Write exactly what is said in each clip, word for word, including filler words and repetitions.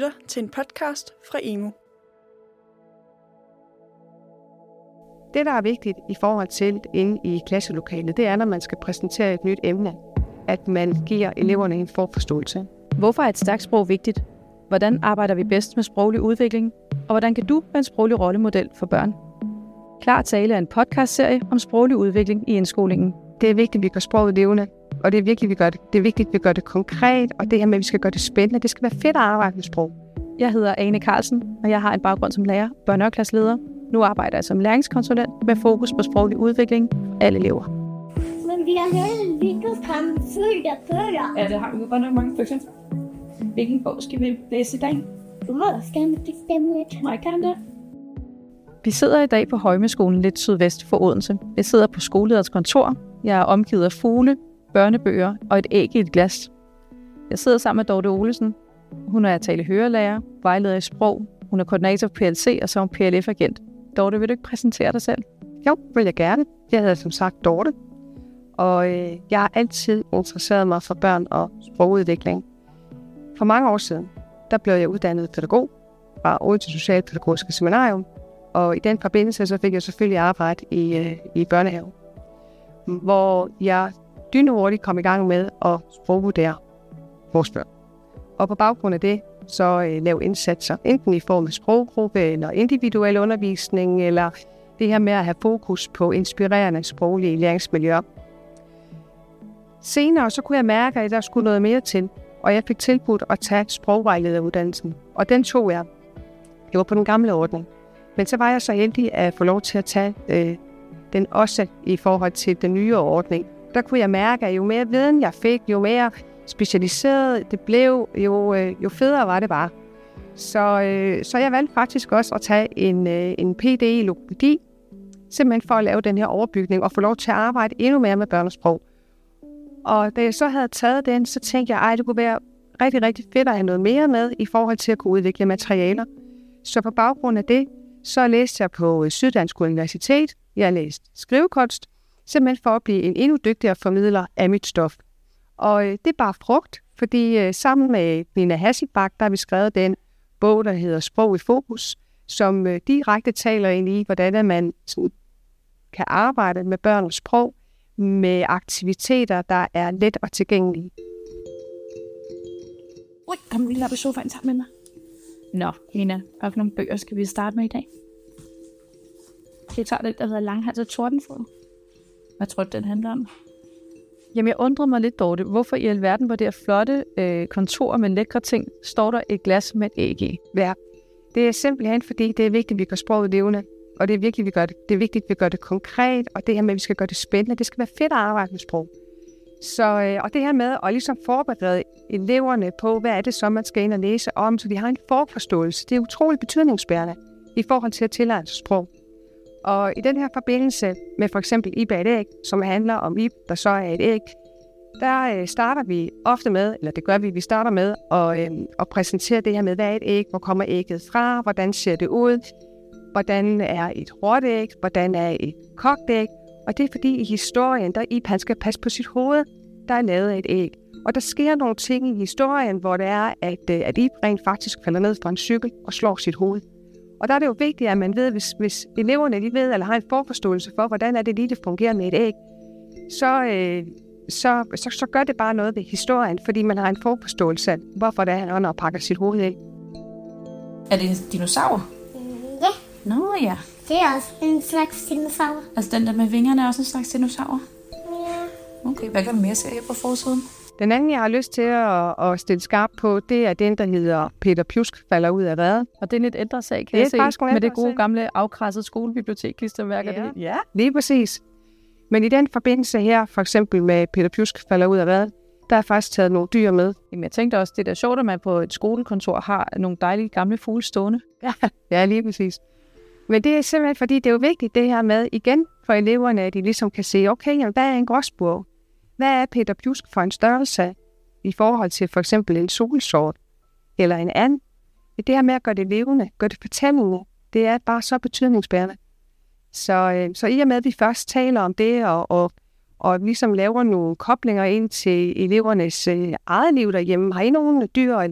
lytter til en podcast fra Emu. Det, der er vigtigt i forhold til inde i klasselokalet, det er, når man skal præsentere et nyt emne, at man giver eleverne en forforståelse. Hvorfor er et stærkt sprog vigtigt? Hvordan arbejder vi bedst med sproglig udvikling? Og hvordan kan du være en sproglig rollemodel for børn? Klar Tale er en podcastserie om sproglig udvikling i indskolingen. Det er vigtigt, at vi gør sproget levende, og det er vigtigt, at vi gør det, det er vigtigt, at vi gør det konkret, og det her med, at vi skal gøre det spændende. Det skal være fedt at arbejde med sprog. Jeg hedder Ane Carlsen, og jeg har en baggrund som lærer, børne- og klasseleder. Nu arbejder jeg som læringskonsulent med fokus på sproglig udvikling af alle elever. Men vi har hørt, at vi kan komme følge bøger. Ja, det har vi jo godt nok mange bøger. Hvilken bog skal vi læse i dag? Du må også gerne bestemme lidt. Må jeg gerne det? Vi sidder i dag på Højmeskolen lidt sydvest for Odense. Jeg sidder på skolelederens kontor. Jeg er omgivet af fugle, børnebøger og et æg i et glas. Jeg sidder sammen med Dorte Olesen. Hun er tale-hørelærer, vejleder i sprog. Hun er koordinator på P L C og så er hun P L F-agent. Dorte, vil du ikke præsentere dig selv? Jo, vil jeg gerne. Jeg hedder som sagt Dorte, og øh, jeg har altid interesseret mig for børn og sprogudvikling. For mange år siden, der blev jeg uddannet pædagog fra Odense Socialpædagogiske Seminarium, og i den forbindelse så fik jeg selvfølgelig arbejde i, øh, i børnehave, hvor jeg lynhurtigt kom i gang med at sprogvurdere vores børn. Og på baggrund af det, så øh, lave indsatser, enten i form af sproggruppe, eller individuel undervisning, eller det her med at have fokus på inspirerende sproglige læringsmiljøer. Senere så kunne jeg mærke, at der skulle noget mere til, og jeg fik tilbudt at tage sprogvejlederuddannelsen, og den tog jeg. Det var på den gamle ordning. Men så var jeg så heldig at få lov til at tage øh, den også i forhold til den nye ordning. Der kunne jeg mærke, at jo mere viden jeg fik, jo mere specialiseret det blev, jo, øh, jo federe var det bare. Så, øh, så jeg valgte faktisk også at tage en, øh, en P D i logopædi, simpelthen for at lave den her overbygning og få lov til at arbejde endnu mere med børnesprog. Og da jeg så havde taget den, så tænkte jeg, at det kunne være rigtig, rigtig fedt at have noget mere med i forhold til at kunne udvikle materialer. Så på baggrund af det, så læste jeg på Syddansk Universitet. Jeg har læst skrivekunst, simpelthen for at blive en endnu dygtigere formidler af mit stof. Og det er bare frugt, fordi sammen med Nina Hasselbach, der har vi skrevet den bog, der hedder Sprog i fokus, som direkte taler ind i, hvordan man kan arbejde med børn og sprog med aktiviteter, der er let og tilgængelige. Ui, kom lige op i sofaen sammen med mig. Nå, Lena, hvad for nogle bøger skal vi starte med i dag? Jeg tager det, der hedder Langhals og Tordenfod. Hvad tror du, den handler om? Jamen, jeg undrede mig lidt, Dorte. Hvorfor i alverden, hvor det er flotte øh, kontorer med lækre ting, står der et glas med et æg i? Ja, det er simpelthen, fordi det er vigtigt, at vi gør sproget levende. Og det er, vigtigt, at vi gør det, det er vigtigt, at vi gør det konkret, og det her med, at vi skal gøre det spændende. Det skal være fedt at arbejde med sprog. Så, øh, og det her med at ligesom forberede eleverne på, hvad er det så, man skal ind og læse om, så de har en forforståelse. Det er utroligt betydningsbærende i forhold til at tilegne sig sprog. Og i den her forbindelse med for eksempel Ib er et æg, som handler om Ib, der så er et æg, der øh, starter vi ofte med, eller det gør vi, vi starter med at, øh, at præsentere det her med, hvad er et æg, hvor kommer ægget fra, hvordan ser det ud, hvordan er et råt æg, hvordan er et kogt æg. Og det er fordi i historien, der Ib han skal passe på sit hoved, der er lavet af et æg. Og der sker nogle ting i historien, hvor det er, at, at Ib rent faktisk falder ned fra en cykel og slår sit hoved. Og der er det jo vigtigt, at man ved, hvis, hvis eleverne de ved, eller har en forforståelse for, hvordan er det lige, det fungerer med et æg, så, øh, så, så, så gør det bare noget ved historien, fordi man har en forforståelse af, hvorfor det er, han ånder og pakker sit hoved ind. Er det en dinosaur? Ja, Nå ja. det er også en slags dinosaur. Altså den der med vingerne er også en slags dinosaur? Ja. Okay, hvad kan du mere se her på forsiden? Den anden, jeg har lyst til at, at stille skarp på, det er den, der hedder Peter Pjusk falder ud af reden. Og det er en lidt ældre sag, kan Det er jeg se, faktisk en med det ældre gode sag. gamle afkrassede skolebibliotek, klistermærker Ja. det. Ja. Lige præcis. Men i den forbindelse her, for eksempel med Peter Pjusk falder ud af reden, der er faktisk taget nogle dyr med. Jamen, jeg tænkte også, det er sjovt, at man på et skolekontor har nogle dejlige gamle fugle stående. Ja, ja, lige præcis. Men det er simpelthen, fordi det er jo vigtigt det her med, igen for eleverne, at de ligesom kan se, okay, jamen, hvad er en gråspurv? Hvad er Peter Pjusk for en størrelse i forhold til for eksempel en solsort eller en and? Det her med at gøre det levende, gøre det fortællende, det er bare så betydningsbærende. Så, øh, så i og med, at vi først taler om det, og, og, og ligesom laver nogle koblinger ind til elevernes øh, eget liv derhjemme, har I nogle dyr eller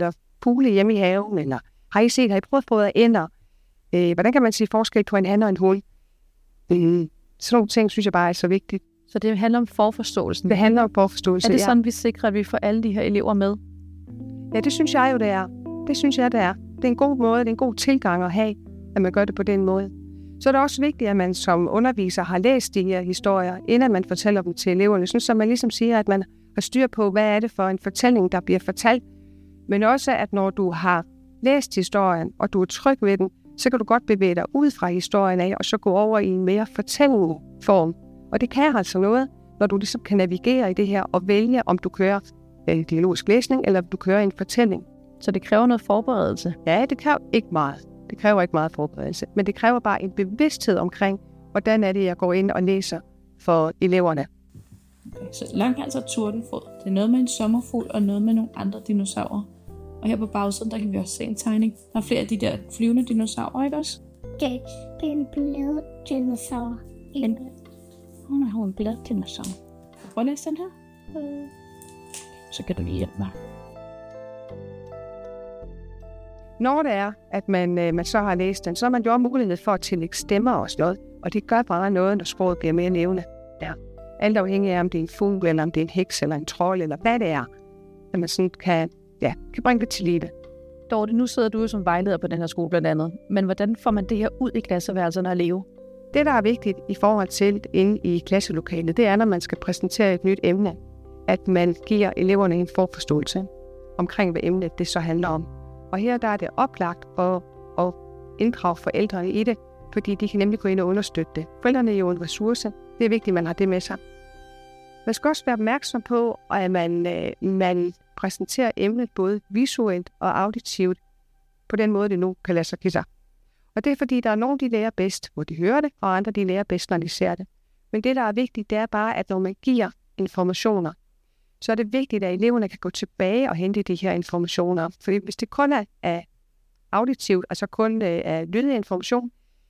fugle hjemme i haven, eller har I set, har I prøvet at fodre ænder? Øh, hvordan kan man sige forskel på en han og en hund? Øh, sådan nogle ting, synes jeg bare er så vigtigt. Så det handler om forforståelsen? Det handler om forforståelse, Er det ja. sådan, vi sikrer, at vi får alle de her elever med? Ja, det synes jeg jo, det er. Det synes jeg, det er. Det er en god måde, det er en god tilgang at have, at man gør det på den måde. Så er det også vigtigt, at man som underviser har læst de her historier, inden man fortæller dem til eleverne. Sådan, så man ligesom siger, at man har styr på, hvad er det for en fortælling, der bliver fortalt. Men også, at når du har læst historien, og du er tryg ved den, så kan du godt bevæge dig ud fra historien af, og så gå over i en mere fortællende form. Og det kan altså noget, når du ligesom kan navigere i det her, og vælge, om du kører øh, dialogisk læsning, eller om du kører en fortælling. Så det kræver noget forberedelse? Ja, det kræver ikke meget. Det kræver ikke meget forberedelse, men det kræver bare en bevidsthed omkring, hvordan er det, jeg går ind og læser for eleverne. Okay, så langhals og tordenfod, det er noget med en sommerfugl og noget med nogle andre dinosaurer. Og her på bagsiden, der kan vi også se en tegning. Der er flere af de der flyvende dinosaurer, ikke også? Det, det er en blad dinosaur. En, hun har en blad dinosaur. Prøv at læse den her. Mm. Så kan du lige hjælpe mig. Når det er, at man, øh, man så har læst den, så har man jo mulighed for at tillægge stemmer og sådan noget. Og det gør bare noget, når sproget bliver mere levende. Ja. Alt afhængig af, om det er en fugl, eller om det er en heks, eller en trold, eller hvad det er. At man sådan kan, ja, kan bringe det til live. Dorte, nu sidder du jo som vejleder på den her skole blandt andet. Men hvordan får man det her ud i klasseværelserne og leve? Det, der er vigtigt i forhold til inde i klasselokalet, det er, når man skal præsentere et nyt emne, at man giver eleverne en forforståelse omkring, hvad emnet det så handler om. Og her der er det oplagt at, at inddrage forældrene i det, fordi de kan nemlig gå ind og understøtte det. Forældrene er jo en ressource. Det er vigtigt, at man har det med sig. Man skal også være opmærksom på, at man, man præsenterer emnet både visuelt og auditivt på den måde, det nu kan lade sig give sig. Og det er fordi, der er nogle, de lærer bedst, hvor de hører det, og andre, de lærer bedst, når de ser det. Men det, der er vigtigt, det er bare, at når man giver informationer, så er det vigtigt, at eleverne kan gå tilbage og hente de her informationer. For hvis det kun er auditivt, altså kun er lydig information,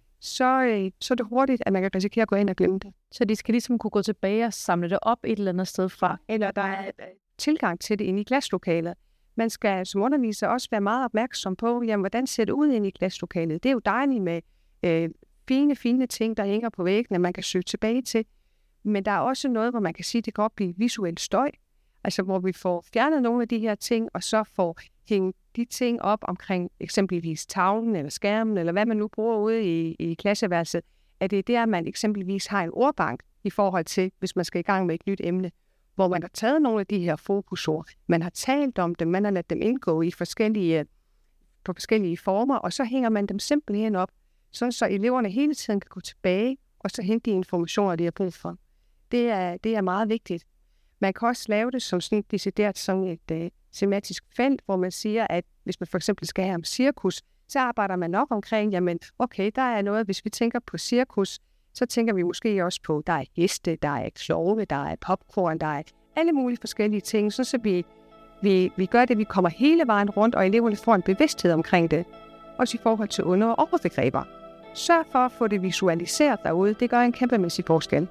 så, så er det hurtigt, at man kan risikere at gå ind og glemme det. Så de skal ligesom kunne gå tilbage og samle det op et eller andet sted fra? Eller der er tilgang til det inde i klasselokalet. Man skal som underviser også være meget opmærksom på, jamen, hvordan ser det ud inde i klasselokalet. Det er jo dejligt med øh, fine, fine ting, der hænger på væggene, man kan søge tilbage til. Men der er også noget, hvor man kan sige, at det kan blive visuel støj. Altså hvor vi får fjernet nogle af de her ting, og så får hængt de ting op omkring eksempelvis tavlen eller skærmen, eller hvad man nu bruger ude i, i klasseværelset, at det er der, man eksempelvis har en ordbank i forhold til, hvis man skal i gang med et nyt emne, hvor man har taget nogle af de her fokusord, man har talt om dem, man har ladet dem indgå i forskellige, på forskellige former, og så hænger man dem simpelthen op, sådan så eleverne hele tiden kan gå tilbage, og så hente de informationer, de har brug for. Det er, det er meget vigtigt. Man kan også lave det som sådan decideret som et uh, semantisk felt, hvor man siger, at hvis man for eksempel skal have om cirkus, så arbejder man nok omkring, jamen okay, der er noget, hvis vi tænker på cirkus, så tænker vi måske også på, der er heste, der er klovne, der er popcorn, der er alle mulige forskellige ting, så vi, vi, vi gør det, vi kommer hele vejen rundt, og eleverne får en bevidsthed omkring det. Også i forhold til under- og overbegreber. Sørg for at få det visualiseret derude, det gør en kæmpemæssig forskel.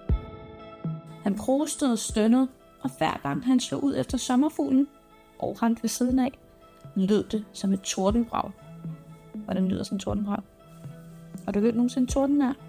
Han prostede og stønnede, og hver gang han slog ud efter sommerfuglen, og han ved siden af, lød det som et tordenbrag. Hvordan lyder sådan en tordenbrag? Har du hørt nogensinde torden her?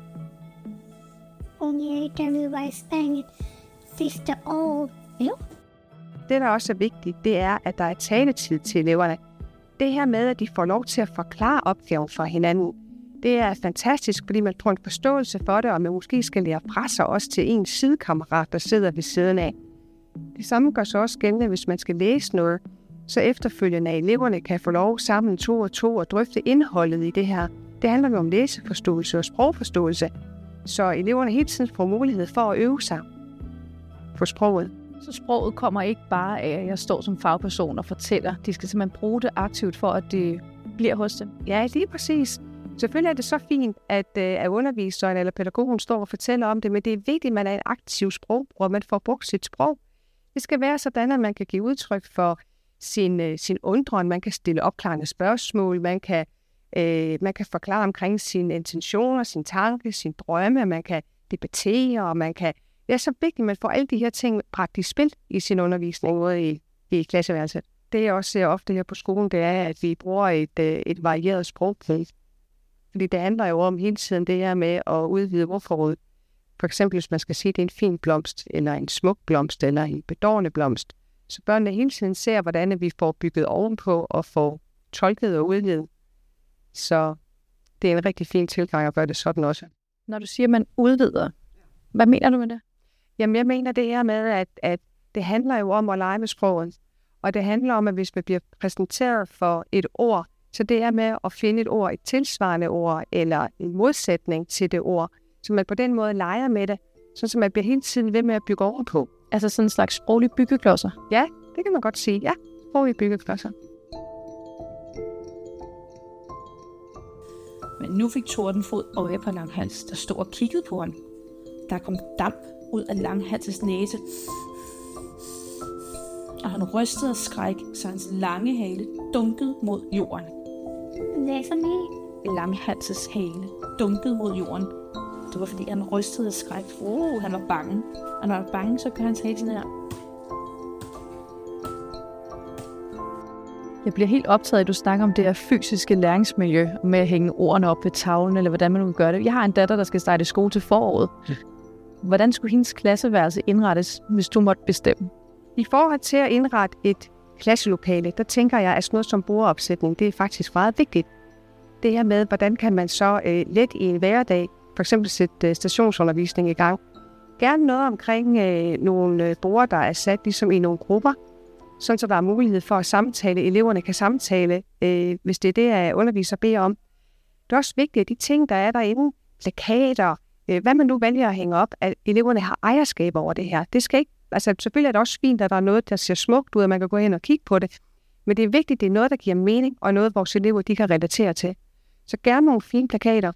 Ja, da vi var i Spanien sidste år. Jo. Det, der også er vigtigt, det er, at der er taletid til eleverne. Det her med, at de får lov til at forklare opgaven for hinanden, det er fantastisk, fordi man får en forståelse for det, og man måske skal lære fra sig også til en sidekammerat, der sidder ved siden af. Det samme gør så også gældende, hvis man skal læse noget, så efterfølgende, at eleverne kan få lov sammen to og to og drøfte indholdet i det her. Det handler jo om læseforståelse og sprogforståelse, så eleverne hele tiden får mulighed for at øve sig på sproget. Så sproget kommer ikke bare af, at jeg står som fagperson og fortæller. De skal simpelthen bruge det aktivt for, at det bliver hos dem. Ja, lige præcis. Selvfølgelig er det så fint, at, at underviseren eller pædagogen står og fortæller om det, men det er vigtigt, at man er en aktiv sprogbruger, man får brugt sit sprog. Det skal være sådan, at man kan give udtryk for sin, sin undren, man kan stille opklarende spørgsmål, man kan, øh, man kan forklare omkring sine intentioner, sin tanke, sin drømme, man kan debattere, og man kan... Det er så vigtigt, at man får alle de her ting bragt i spil i sin undervisning ude i, i klasseværelset. Det jeg også ser ofte her på skolen, det er, at vi bruger et, et varieret sprogbrug. Fordi det handler jo om hele tiden det her med at udvide ordforrådet. For eksempel, hvis man skal sige, at det er en fin blomst, eller en smuk blomst, eller en bedårende blomst, så børnene hele tiden ser, hvordan vi får bygget ovenpå og får tolket og udvidet. Så det er en rigtig fin tilgang at gøre det sådan også. Når du siger, at man udvider, hvad mener du med det? Jamen, jeg mener det her med, at, at det handler jo om at lege med sproget. Og det handler om, at hvis man bliver præsenteret for et ord, så det er med at finde et ord, et tilsvarende ord, eller en modsætning til det ord, så man på den måde leger med det, så man bliver hele tiden ved med at bygge ovenpå. Altså sådan en slags sproglige byggeklodser? Ja, det kan man godt sige. Ja, sproglige byggeklodser. Men nu fik Tordenfod øje på Langhals, der stod og kiggede på ham. Der kom damp ud af Langhalses næse, og han rystede af skræk, så hans lange hale dunkede mod jorden. Hvad for det? Langhalses hale dunkede mod jorden. Det var fordi, han rystede af skræk. Uh, han var bange. Og når han var bange, så gør hans hale sådan her. Jeg bliver helt optaget, at du snakker om det her fysiske læringsmiljø, med at hænge ordene op ved tavlen, eller hvordan man nu gør det. Jeg har en datter, der skal starte i skole til foråret. Hvordan skulle hendes klasseværelse indrettes, hvis du måtte bestemme? I forhold til at indrette et klasselokale, der tænker jeg, at sådan noget som bordopsætning, det er faktisk meget vigtigt. Det her med, hvordan kan man så øh, let i en hverdag, for eksempel sætte øh, stationsundervisning i gang. Gerne noget omkring øh, nogle øh, borde, der er sat ligesom i nogle grupper, sådan så der er mulighed for at samtale. Eleverne kan samtale, øh, hvis det er det, jeg underviser beder om. Det er også vigtigt, at de ting, der er derinde, plakater, øh, hvad man nu vælger at hænge op, at eleverne har ejerskab over det her. Det skal ikke, altså selvfølgelig er det også fint, at der er noget, der ser smukt ud, og man kan gå hen og kigge på det. Men det er vigtigt, at det er noget, der giver mening, og noget, vores elever de kan relatere til. Så gerne nogle fine plakater.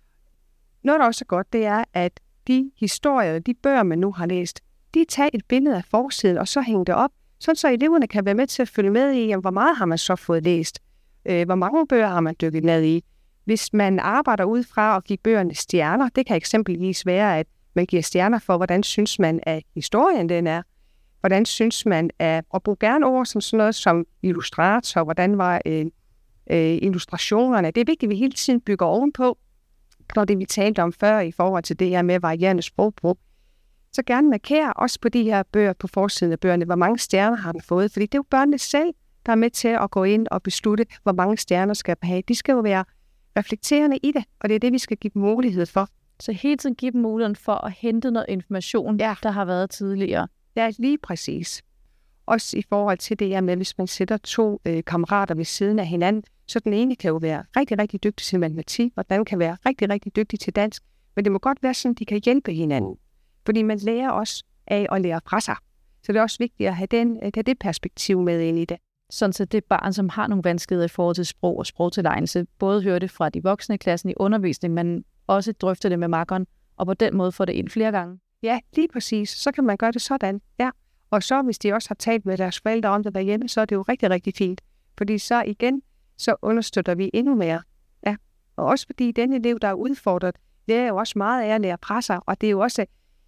Noget, der også er godt, det er, at de historier, de bøger, man nu har læst, de tager et billede af forsiden, og så hænger det op, sådan så eleverne kan være med til at følge med i, jamen, hvor meget har man så fået læst? Øh, hvor mange bøger har man dykket ned i? Hvis man arbejder ud fra at give bøgerne stjerner, det kan eksempelvis være, at man giver stjerner for, hvordan synes man, at historien den er. Hvordan synes man, at, og bruge gerne ord som sådan noget som illustrator, hvordan var øh, øh, illustrationerne. Det er vigtigt, at vi hele tiden bygger ovenpå, når det vi talte om før i forhold til det her med varierende sprogbrug. Så gerne markere også på de her bøger på forsiden af bøgerne, hvor mange stjerner har den fået. Fordi det er jo børnene selv, der er med til at gå ind og beslutte, hvor mange stjerner skal have. De skal jo være reflekterende i det, og det er det, vi skal give dem mulighed for. Så hele tiden give dem muligheden for at hente noget information, ja. der har været tidligere. Ja, lige præcis. Også i forhold til det her med, hvis man sætter to øh, kammerater ved siden af hinanden, så den ene kan jo være rigtig, rigtig dygtig til matematik, og den kan være rigtig, rigtig dygtig til dansk. Men det må godt være sådan, at de kan hjælpe hinanden. Fordi man lærer også af at lære fra sig. Så det er også vigtigt at have, den, have det perspektiv med ind i det. Sådan så det barn, som har nogle vanskeligheder i forhold til sprog og sprogtilegnelse, både hører det fra de voksne i klassen i undervisning, men også drøfter det med makkeren, og på den måde får det ind flere gange. Ja, lige præcis. Så kan man gøre det sådan. Ja. Og så hvis de også har talt med deres forældre om det derhjemme, så er det jo rigtig, rigtig fint. Fordi så igen, så understøtter vi endnu mere. Ja. Og også fordi den elev, der er udfordret, lærer jo også meget af at lære fra sig, og det er jo også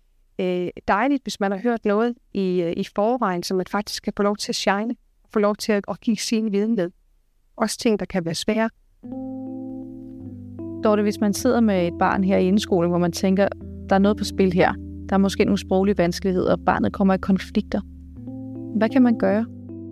øh, dejligt, hvis man har hørt noget i, øh, i forvejen, så man faktisk kan få lov til at shine, få lov til at, at give sin viden med. Også ting, der kan være svære. Dorte, hvis man sidder med et barn her i indskolen, hvor man tænker, der er noget på spil her, der er måske nogle sproglige vanskeligheder, og barnet kommer i konflikter. Hvad kan man gøre?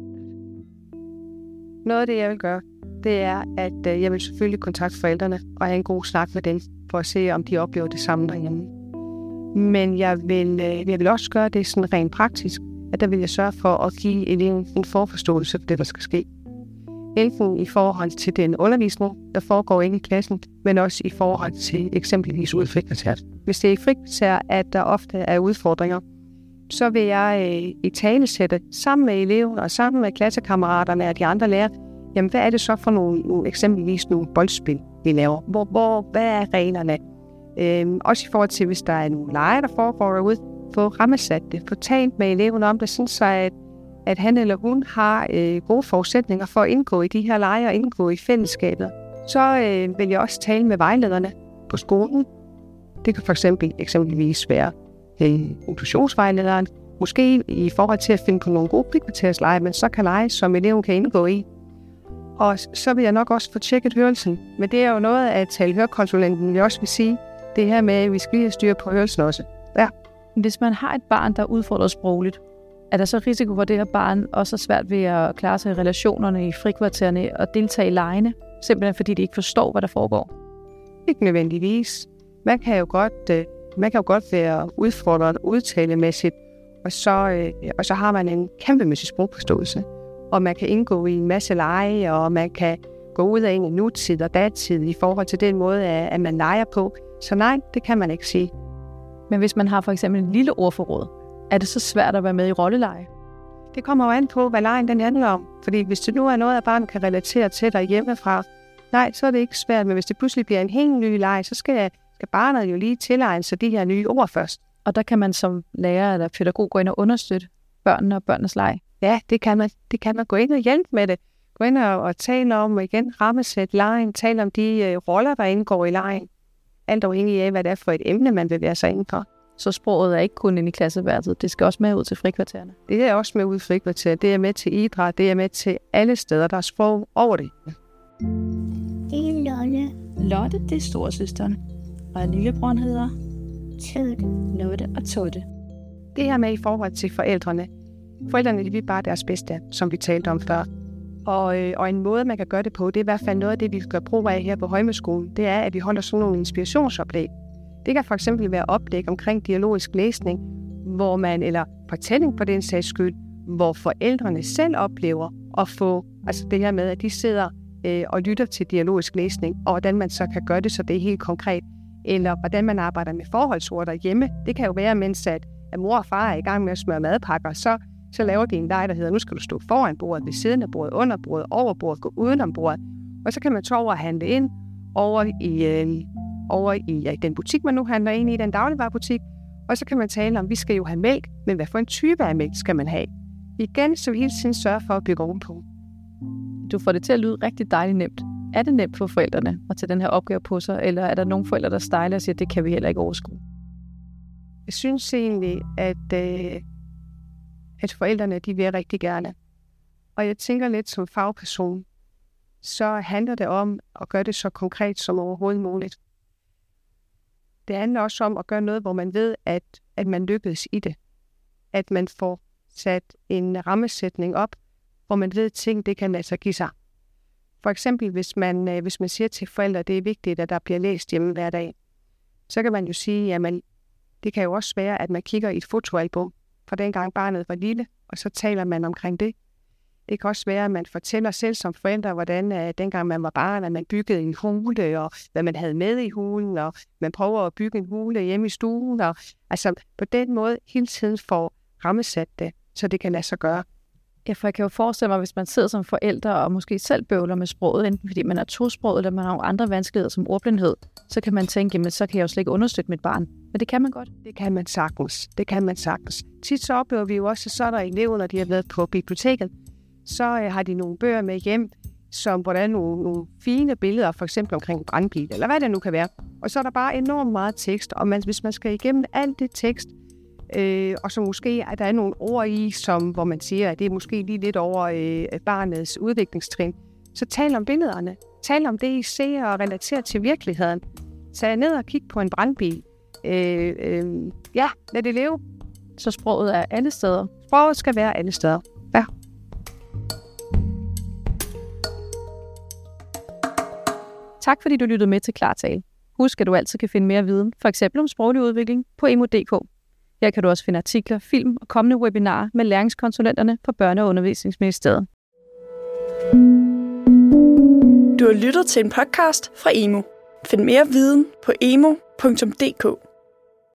Noget af det, jeg vil gøre, det er, at øh, jeg vil selvfølgelig kontakte forældrene og have en god snak med dem, for at se, om de oplever det samme derhjemme. Men jeg vil, øh, jeg vil også gøre det sådan rent praktisk, at der vil jeg sørge for at give eleven en forforståelse for det, der skal ske. Enten i forhold til den undervisning, der foregår inde i klassen, men også i forhold til eksempelvis udfrikvarter. Hvis det er i frikvarter, at der ofte er udfordringer, så vil jeg øh, i talesætte sammen med eleven og sammen med klassekammeraterne og de andre lærere, jamen hvad er det så for nogle, nogle eksempelvis nogle boldspil, vi laver? Hvor, hvor, hvad er reglerne? Øhm, også i forhold til, hvis der er nogle lege, der foregår derude, få rammesat det, få talt med eleven om det, sådan så at, at han eller hun har øh, gode forudsætninger for at indgå i de her lege og indgå i fællesskabet. Så øh, vil jeg også tale med vejlederne på skolen. Det kan for eksempel eksempelvis være øh, inklusionsvejlederen, måske i forhold til at finde på nogle gode frikvarterslege, men så kan lege, som eleven kan indgå i. Og så vil jeg nok også få tjekket hørelsen. Men det er jo noget, at tale-hørekonsulenten vil også vil sige, det her med, at vi skal lige have styr på hørelsen også. Ja. Hvis man har et barn, der er udfordret sprogligt, er der så risiko for, at det her barn også er svært ved at klare sig i relationerne i frikvartererne og deltage i legene, simpelthen fordi de ikke forstår, hvad der foregår? Ikke nødvendigvis. Man kan jo godt, man kan jo godt være udfordret udtalemæssigt, og så, og så har man en kæmpemæssig sprogforståelse. Og man kan indgå i en masse lege, og man kan gå ud af en nutid og datid i forhold til den måde, at man leger på. Så nej, det kan man ikke sige. Men hvis man har for eksempel en lille ordforråd, er det så svært at være med i rolleleje? Det kommer jo an på, hvad legen den handler om. Fordi hvis det nu er noget, at barnet kan relatere til dig hjemmefra, nej, så er det ikke svært. Men hvis det pludselig bliver en helt ny leg, så skal, skal barnet jo lige tilegne sig de her nye ord først. Og der kan man som lærer eller pædagog gå ind og understøtte børnene og børnenes leg. Ja, det kan man. Det kan man gå ind og hjælpe med det. Gå ind og, og tale om, og igen rammesætte legen, tale om de uh, roller, der indgår i legen. Alt afhængig af, hvad det er for et emne, man bevæger sig inden for. Så sproget er ikke kun inde i klasseværelset, det skal også med ud til frikvartererne? Det er også med ud i frikvarteret. Det er med til idræt, det er med til alle steder, der er sprog over det. Det er Lotte. Lotte, det er storesøsteren. Og lillebroren hedder? Totte. Lotte og Totte. Det her med i forhold til forældrene. Forældrene, de vil bare deres bedste, som vi talte om før. Og, øh, og en måde, man kan gøre det på, det er i hvert fald noget af det, vi gør brug af her på Højmeskolen, det er, at vi holder sådan nogle inspirationsoplæg. Det kan for eksempel være oplæg omkring dialogisk læsning, hvor man, eller fortælling på den sags skyld, hvor forældrene selv oplever at få, altså det her med, at de sidder øh, og lytter til dialogisk læsning, og hvordan man så kan gøre det, så det er helt konkret. Eller hvordan man arbejder med forholdsord derhjemme. Det kan jo være, mens at, at mor og far er i gang med at smøre madpakker, så så laver de en leg, der hedder, nu skal du stå foran bordet, ved siden af bordet, under bordet, over bordet, gå udenom bordet. Og så kan man tage over og handle ind over i, øh, over i ja, den butik, man nu handler ind i, den dagligvarebutik. Og så kan man tale om, vi skal jo have mælk, men hvad for en type af mælk skal man have? Igen, så vi hele tiden sørger for at bygge ovenpå. Du får det til at lyde rigtig dejligt nemt. Er det nemt for forældrene at tage den her opgave på sig, eller er der nogle forældre, der stejler og siger, at det kan vi heller ikke overskue? Jeg synes egentlig, at... Øh, at forældrene, de vil rigtig gerne. Og jeg tænker lidt som fagperson, så handler det om at gøre det så konkret som overhovedet muligt. Det handler også om at gøre noget, hvor man ved, at, at man lykkes i det. At man får sat en rammesætning op, hvor man ved, at ting, det kan altså give sig. For eksempel, hvis man, hvis man siger til forældre, at det er vigtigt, at der bliver læst hjemme hver dag, så kan man jo sige, at man, det kan jo også være, at man kigger i et fotoalbum, fra dengang barnet var lille, og så taler man omkring det. Det kan også være, at man fortæller selv som forældre, hvordan uh, dengang man var barn, at man byggede en hule, og hvad man havde med i hulen, og man prøver at bygge en hule hjemme i stuen. Og, altså på den måde hele tiden får rammesat det, så det kan lade sig gøre. Ja, for jeg kan jo forestille mig, hvis man sidder som forældre og måske selv bøvler med sproget, enten fordi man er tosproget, eller man har andre vanskeligheder som ordblindhed, så kan man tænke, jamen så kan jeg jo slet ikke understøtte mit barn. Men det kan man godt. Det kan man sagtens. Det kan man sagtens. Tit så oplever vi jo også, at så er der elever, når de har været på biblioteket, så øh, har de nogle bøger med hjem, som hvordan nogle, nogle fine billeder, for eksempel omkring en brandbil, eller hvad det nu kan være. Og så er der bare enormt meget tekst, og man, hvis man skal igennem alt det tekst, Øh, og så måske er der nogle ord i, som, hvor man siger, at det er måske lige lidt over øh, barnets udviklingstrin. Så tal om billederne. Tal om det, I ser og relaterer til virkeligheden. Tag ned og kig på en brandbil. Øh, øh, ja, lad det leve. Så sproget er alle steder? Sproget skal være alle steder, ja. Tak fordi du lyttede med til Klartale. Husk, at du altid kan finde mere viden, f.eks. om sproglig udvikling, på emu punktum d k. Her kan du også finde artikler, film og kommende webinarer med læringskonsulenterne på Børne- og Undervisningsministeriet. Du har lyttet til en podcast fra Emu. Find mere viden på emu punktum d k.